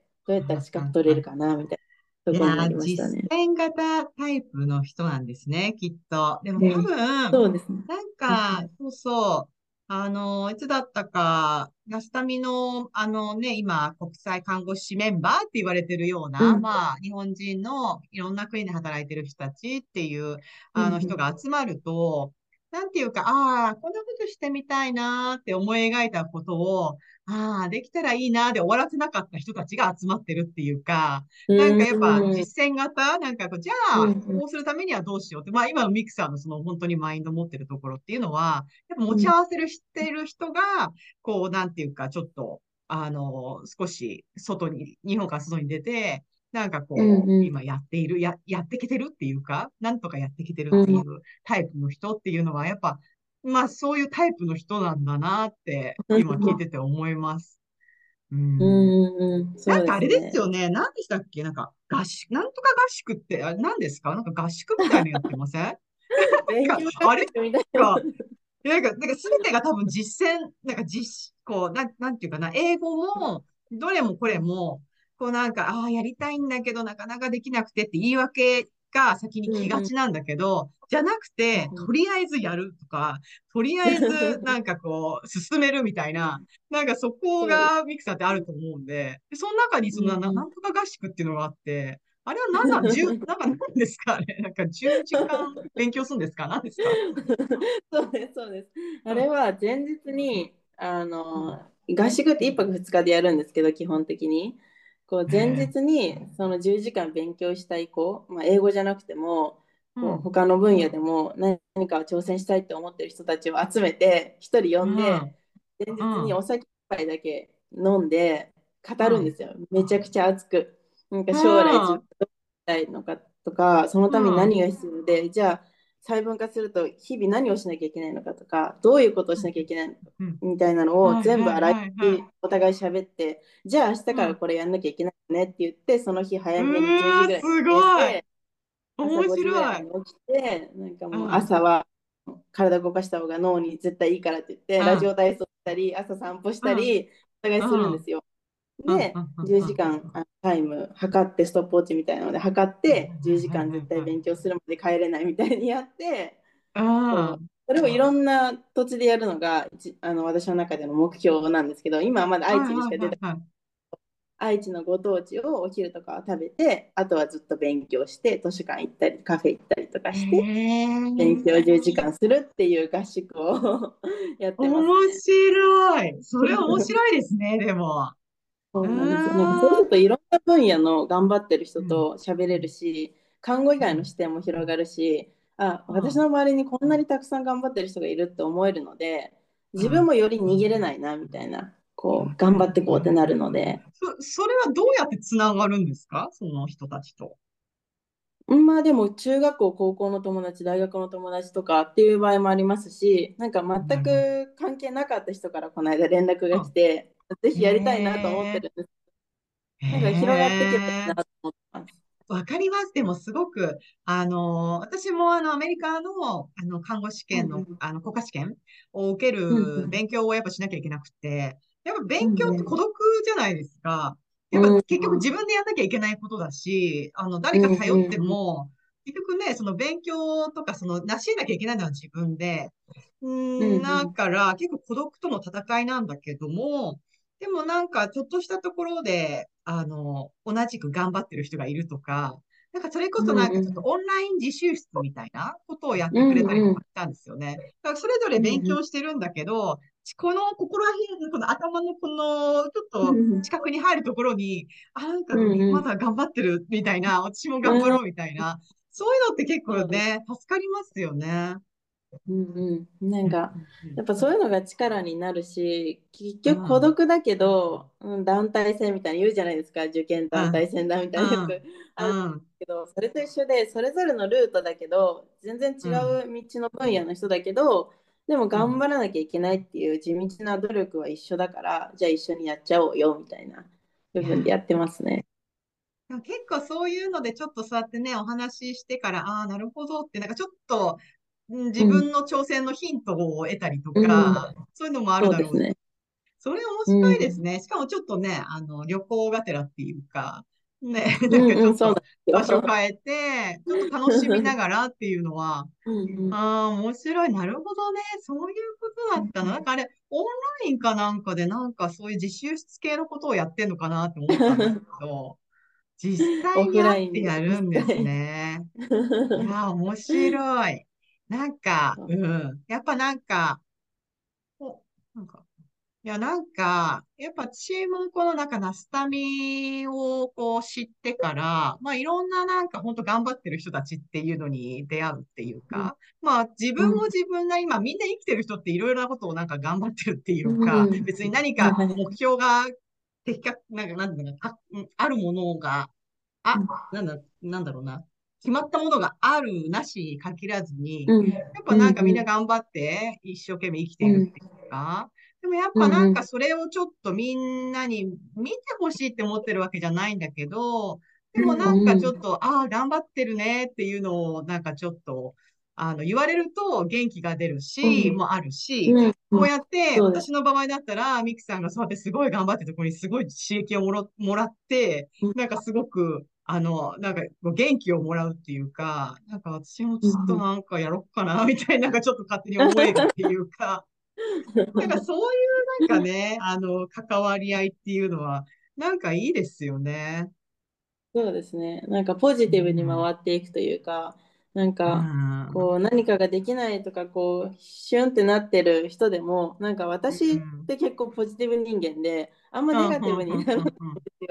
どうやったら資格取れるかなみたいないところになやー、 りましたね。 実践型タイプの人なんですね、きっと。でも多うん、 分、 そうですね。 なんうんか、そうそう、いつだったか、ナスタミの、今、国際看護師メンバーって言われてるような、 うんまあ、日本人のいろんな国で働いてる人たちっていう、人うんが集まると、なんていうか、ああ、こんなことしてみたいなーって思い描いたことを、ああ、できたらいいなーで終わらせなかった人たちが集まってるっていうか、なんうんかやっぱうん実践型なんかこう、じゃあ、 うんこうするためにはどうしようって、まあ今のミクさんのその本当にマインド持ってるところっていうのは、やっぱ持ち合わせる知ってる人が、こう、なんていうか、ちょっと、少し外に、日本から外に出て、なんかこう、 うんうん今やっている、やってきてるっていうか、なんとかやってきてるうんっていうタイプの人っていうのは、やっぱ、まあそういうタイプの人なんだなって今聞いてて思います。ううん。 んうん、そうでなんかあれですすね。 よね。何でしたっけなんか合宿、なんとか合宿って、あれ何ですかなんか合宿みたいなのやってませんなんか、 勉強合あれ宿みたいな。 か、なんか全てが多分実践、なんかこう、なんていうかな、英語も、どれもこれも、こうなんか、ああ、やりたいんだけど、なかなかできなくてって言い訳が先にうん来がうんちなんだけど、じゃなくて、 うんとりあえずやるとか、とりあえずなんかこう、進めるみたいな、なんかそこそうです。 がミクさんってあると思うんで、でその中にうんうんなんとか合宿っていうのがあって、あれはなんか何ですかあれ。なんか10時間勉強するんですか何ですかそうです、そうです。あうんれは前日に、合宿って1泊2日でやるんですけど、基本的に。 こう前日にその10時間勉強したい子、まあ、英語じゃなくても、こう他の分野でも何か挑戦したいって思ってる人たちを集めて、一人呼んで、前日にお酒一杯だけ飲んで語るんですよ。めちゃくちゃ熱く。なんか将来自分どうしたいのかとか、そのために何が必要で、じゃあ細分化すると日々何をしなきゃいけないのかとか、どういうことをしなきゃいけないのかみたいなのを全部洗い出し、お互い喋って、じゃあ明日からこれやんなきゃいけないねって言って、その日早めに10時ぐらいにす起きごい。 て、朝面 5時ぐら白い。 いに起きて、なんかもう朝は体動かした方が脳に絶対いいからって言って、ラジオ体操したり、朝散歩したり、お互いするんですよ。で、10時間タイム測って、ストップウォッチみたいなので測って、10時間絶対勉強するまで帰れないみたいにやって、こうそれをいろんな土地でやるのが私の中での目標なんですけど、今はまだ愛知にしか出てない。愛知のご当地をお昼とかは食べて、あとはずっと勉強して、図書館行ったり、カフェ行ったりとかして、勉強10時間するっていう合宿をやってます面ね。 白い。それ面白いですね、でも。 そううなんですよ。なんかそうすーん。 るといろんな分野の頑張ってる人と喋れるし、看護以外の視点も広がるし、私の周りにこんなにたくさん頑張ってる人がいるって思えるので、自分もより逃げれないなみたいな、こう頑張ってこうってなるので、 それはどうやってつながるんですか、その人たちと。 まあでも中学校、高校の友達、大学の友達とかっていう場合もありますし、なんか全なるほど。 く関係なかった人からこの間連絡が来て、ぜひやりたいなと思ってへるんです。 え、 なんか広がっていけばいいへえ。 なと思ってます。 わかります。でもすごく、私もアメリカの、看護試験の、 うんうん国家試験を受けるうん勉強をやっぱしなきゃいけなくて、やっぱ勉強って孤うん独じゃないですか。やっぱうん結局自分でやんなきゃいけないことだし、誰うんか頼ってうんも、結局ね、その勉強とか、成し得なきゃいけないのは自分で、だうんから結構孤独との戦いなんだけども、でもなんかちょっとしたところで、同じく頑張ってる人がいるとか、なんかそれこそなんかちょっとオンライン自習室みたいなことをやってくれたりとかしたんですよね。だからそれぞれ勉強してるんだけど、この心ら辺のこの頭のこのちょっと近くに入るところに、なんかまだ頑張ってるみたいな、私も頑張ろうみたいな、そういうのって結構ね、助かりますよね。 なんか、やっぱそういうのが力になるし、結うん、 局孤うん、 独だけど、団体戦みたいに言うじゃないですか、受験団体戦だみたいなよくうん、 あるうん、 けど、それと一緒で、それぞれのルートだけど、全然違うん、 う道の分野の人だけど、でもうん。 頑張らなきゃいけないっていう地道な努力は一緒だから、じゃあ一緒にやっちゃおうよみたいな部いや、 分でやってますね。 でも結構そういうのでちょっとそうやってね、お話ししてから、ああ、なるほどって、なんかちょっと、自うん、 分の挑戦のヒントを得たりとうん、 か、そういうのもあるだろうし。 そうですね。 それ面う白いですん、 ね。しかもちょっとね、旅行がてらっていうか、ね、なんかうん、うん、 ちょっとそうなんです場所よ。 変えて、ちょっと楽しみながらっていうのは、 うん面白い。なるほどね。そういうことだったの。なんかあれ、オンラインかなんかで、なんかそういう自習室系のことをやってんのかなって思ったんですけど、実際にオフラ会ってやインで実るんです際。 ね。いやー、面白い。なんか、やっぱなんか、お、なんか、いや、なんか、やっぱチームこのなんかナスタミをこう知ってから、まあいろんななんか本当頑張ってる人たちっていうのに出会うっていううんか、まあ自分もうん自分なり、まあみんな生きてる人っていろいろなことをなんか頑張ってるっていううか、 ん別に何はいはいか目標が的確、なんかなんだろうな、あるものが、なんだろうな。決まったものがあるなしに限らずに、 うんやっぱなんかみんなうん頑張って一生懸命生きてうんいるっていうか、でもやっぱうんうんなんかそれをちょっとみんなに見てほしいって思ってるわけじゃないんだけど、でもなんかちょっと、ああ、頑張ってるねっていうのをなんかちょっと、言われると元気が出るし、もあるし、こうやってそうです。 私の場合だったら、ミキさんがそうやってすごい頑張ってるところにすごい刺激をもらって、 うんなんかすごく、なんか元気をもらうっていうか、なんか私もちょっとうんなんかやろっかな、みたいな、なんかちょっと勝手に思えるっていうか、なんかそういうなんかね、関わり合いっていうのは、なんかいいですよね。 そうですね。なんかポジうティブにん。 回っていくというか、なんうかこん。 う何かができないとかこうシュンってなってる人でも、なんかう私っん。 て結構ポジティブ人間で、あんまうん。 ネガティブうん。うん。 にならないんでうん。 すよ。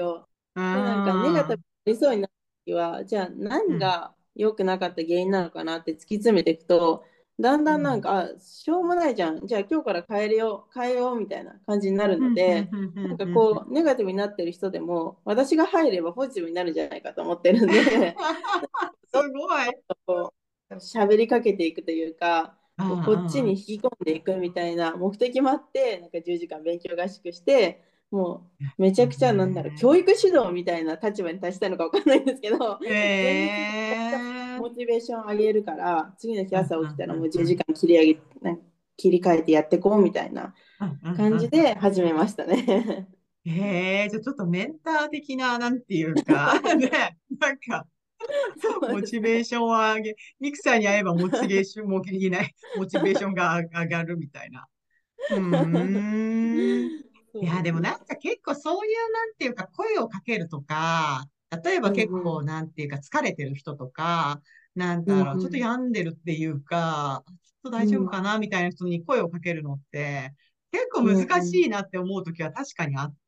うで、なんかネガティブん。 になりそうになった時は、じゃあうん。 何が良くなかった原因なのかなって突き詰めていくと、だんうん。 だんなんか、しょうもないじゃん。じゃあ今日から変えようみたいな感じになるうん。うん。 ので、 うん。 なんかうん。 こう、ネガティブになってる人でも、私が入ればポジティブになるんじゃないかと思ってるんで、 すごい。 こう喋りかけていくというか、 うん。 こうこっちうん。 に引き込んでいくみたいな目的もあって、なんか10時間勉強合宿して、もうめちゃくちゃなんだろう、教育指導みたいな立場に立ちたいのか分かんないんですけど、 へ前日にえ。 モチベーション上げるから、次の日うん。 朝起きたらもううん。う 10時ん。 間切り替えてやっていこうみたいなうん。うん。うん。 感じで始めましたね。 へえ、じゃあちょっとメンター的な、なんていうか、ね、なんか、 そうモですね。 チベーションを上げ、ミクサーに会えばモチベーションもいない、モチベーションが上がるみたいな。うーん。いや、 そうですね。 でもなんか結構そういう、なんていうか、声をかけるとか、例えばうん結構、なんていうか、疲れてる人とか、なんうんだろう、ちょっとうん病んでるっていうか、ちょっと大丈夫うんかなみたいな人に声をかけるのって、結構うん難しうんいなって思う時は確かにあって、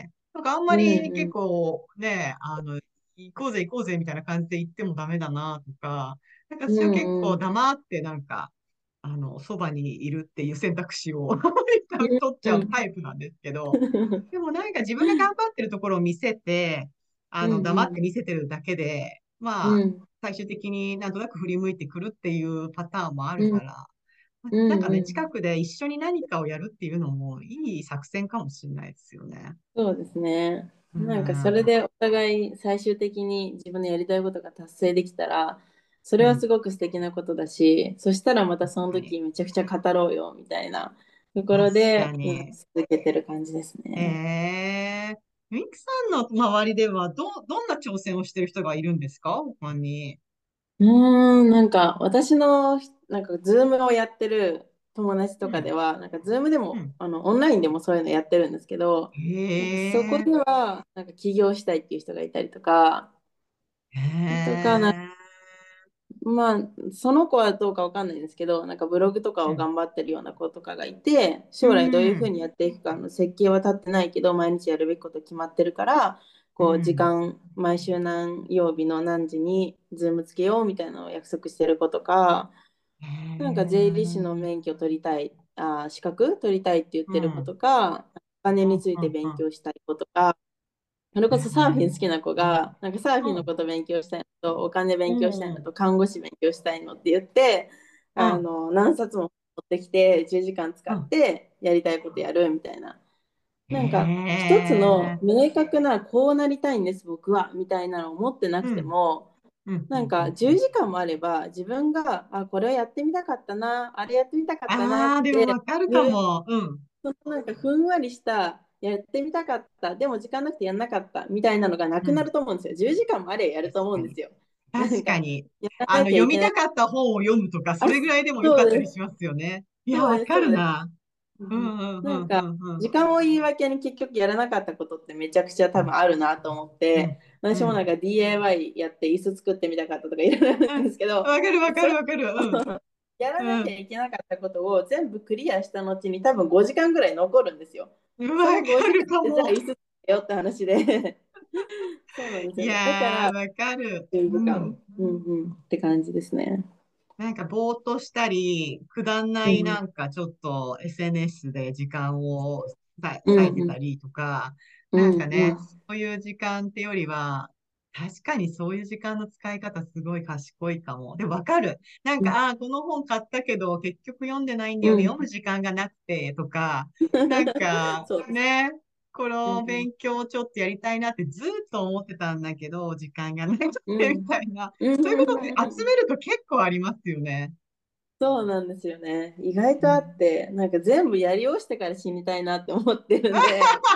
なんかあんまうんり結うん構ね、行こうぜみたいな感じで言ってもダメだなとか、なんかう私は結構んうん黙ってなんか、そばにいるっていう選択肢をうん取っちゃうタイプなんですけど、でもなんか自分が頑張ってるところを見せて、 うん黙って見せてるだけで、まあ、 うん最終的になんとなく振り向いてくるっていうパターンもあうんるから、 うなんかね、 んうん。 近くで一緒に何かをやるっていうのもいい作戦かもしれないですよね。 そうですね。 うなんかそれん。 でお互い最終的に自分のやりたいことが達成できたら、それはうん。 すごく素敵なことだし、そしたらまたその確かに。 時めちゃくちゃ語ろうよみたいなとこ確ろで今かに。 続けてる感じですね。 ミクさんの周りではどんな挑戦をしてる人がいるんですか他に？ なんか私のなんかズームをやってる友達とかでうん。 は、なんかズームでもうん。 オンラインでもそういうのやってるんですけど、なんかそこへえ。 ではなんか起業したいっていう人がいたりとか、 へとかえ。 まあ、その子はどうかわかんないんですけど、なんかブログとかをうん。 頑張ってるような子とかがいて、 う将来どういうふうん。 にやっていくかの設計は立ってないけど、毎日やるべきこと決まってるから、こう時うん。 間、毎週何曜日の何時にズームつけようみたいなのを約束してる子とか、 へなんか税理え。 士の免許取りたい、資格取りたいって言っうん。 てる子とか、お金うん。 についてうん。うん。 勉強したい子とか、それへこそサーフィン好きえ。 な子が、なんかサーフィンうん。 のこと勉強したいのと、お金う勉強したいのん。 と、看護師勉強したいのって言って、 うん。 何冊も持ってきて、10時間使っうん。 てやりたいことやるみたいな。 へなんか、一つのえ。 明確な、こうなりたいんです、僕は、みたいなのを持ってなくてうん。 も、 うん。うん。うなんかん。う 10 ん。 時間もあれば、自分が、これをやってみたかったな、あれやってみたかったなっああ、でもてわかるかいうも。うん。 そのなんかふんわりしたやってみたかった、でも時間なくてやんなかったみたいなのがなくなうん。 ると思うんですよ。10時間もあればやると確かに。 思うんですよ。なんか、 確かに。 やらなきゃ読いけない。 みたかった本を読むとか、そあ、 れぐらいでもよかそうです。 ったりしますよね。いや、 そうです。 わかそうです。 るな。うん、 うん、 うん、うん、うなんか、 ん、うん。 時間を言い訳に結局やらなかったことってめちゃくちゃうん、 多分あるなと思って、 うん、うん。 私もなんか DIY やって椅子作ってみたかったとかいろいろあるんですけど、 わかる、わかる、 それわかる。うん、 やらなうん。 きゃいけなかったことを全部クリアした後に多分5時間ぐらい残るんですよ。そのわか 5時間るかも。 でじゃあ椅子作ってよって話でそうなんですいよね。だかやー、 らわかる。 10 うん。 時間、うんうんって感じですね。 なんかぼーっとしたり、くだんなうんいなんかちょっと SNS で時間を割いてうんうんたりとか、 うんうんなんかね、そういう時間ってよりは、確かにそういう時間の使い方すごい賢いかも。で、わかる。なんうんか、この本買ったけど結局読んでないんだよね。 うん。 読む時間がなくてとか、なんかそうです。 ね、このうん勉強をちょっとやりたいなってずっと思ってたんだけど、時間がなくてみうんたいな。 うんそういうことってうん。 集めると結構ありますよね。 そうなんですよね。意外とあうん。 って、なんか全部やり終してから死にたいなって思ってるんで、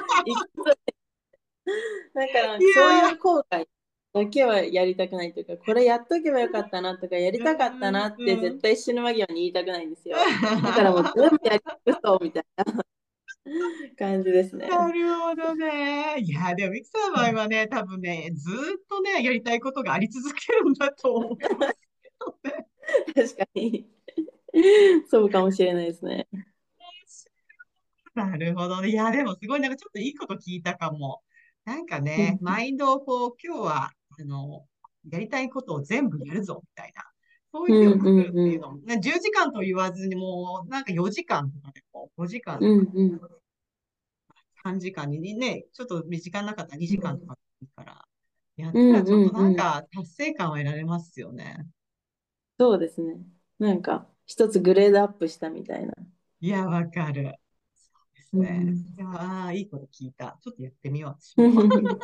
だからいやそういうー、 後悔だけはやりたくないというか、これやっとけばよかったなとか、やりうたかったなん、 ってうん。 絶対死ぬ間際に言いたくないんですよ。だからもう全部やり尽くそうみたいな感じですね。 なるほどね。いや、でも、ミキさんの場合はね、多分ね、ずーっとね、やりたいことがあり続けるんだと思いますけどね。 確かに。そうかもしれないですね。 なるほどね。いや、でもすごい、なんかちょっといいこと聞いたかも。 なんかうね、 んマインドをこう、今日は、やりたいことを全部やるぞ、みたいな。そういう日をうん作るっていううんのも、10時間と言わずにもう、なんか4時間とかでも、5時間とかうんうん 3時間にね、ちょっと時間なかったら2時間とかでいいから、やっうんうたらちょっとんうん。 なんか達成感を得られますよね。 そうですね。なんか一つグレードアップしたみたいな。 いや、わかる。そうですうね。 ん。 いやいいこと聞いた。ちょっとやってみよう、私も。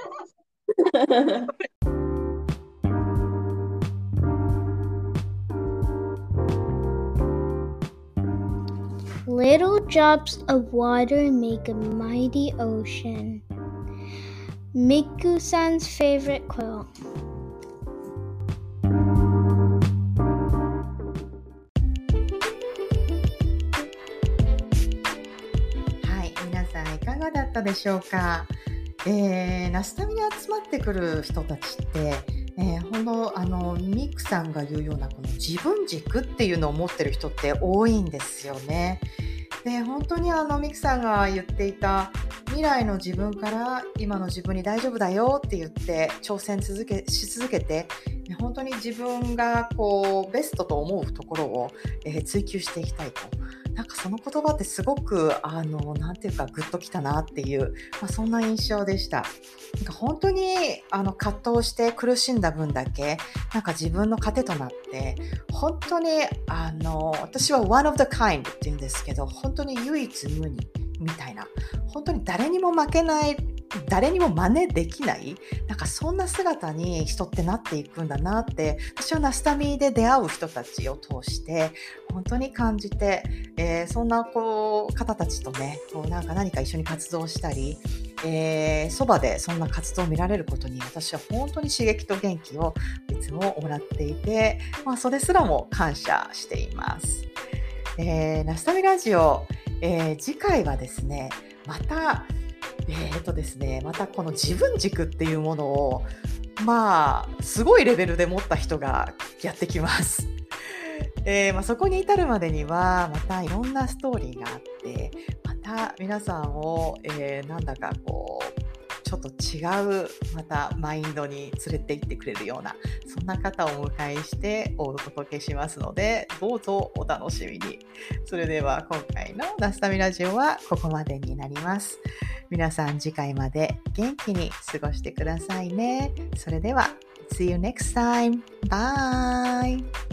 Little drops of water make a mighty ocean. Miku-san's favorite quote. はい、皆さんいかがだったでしょうか。ナスタミに集まってくる人たちって、ほんのミクさんが言うようなこの自分軸っていうのを持ってる人って多いんですよね。で、本当にミクさんが言っていた未来の自分から今の自分に大丈夫だよって言って挑戦し続けて、本当に自分がこうベストと思うところを、追求していきたいと。なんかその言葉ってすごくなんていうかグッときたなっていう、そんな印象でした。なんか本当に葛藤して苦しんだ分だけなんか自分の糧となって本当に私は one of the kind って言うんですけど、本当に唯一無二みたいな、本当に誰にも負けない、誰にも真似できない、なんかそんな姿に人ってなっていくんだなって、私はナスタミで出会う人たちを通して本当に感じて、そんな方たちとね、なんか何か一緒に活動したり、そばでそんな活動を見られることに私は本当に刺激と元気をいつももらっていて、それすらも感謝しています。ナスタミラジオ、次回はですね、またこの自分軸っていうものをすごいレベルで持った人がやってきます。そこに至るまでにはまたいろんなストーリーがあって、また皆さんを、なんだかこうちょっと違うまたマインドに連れて行ってくれるような、そんな方をお迎えしてお届けしますので、どうぞお楽しみに。それでは今回のナスタミラジオはここまでになります。皆さん次回まで元気に過ごしてくださいね。それでは See you next time. Bye.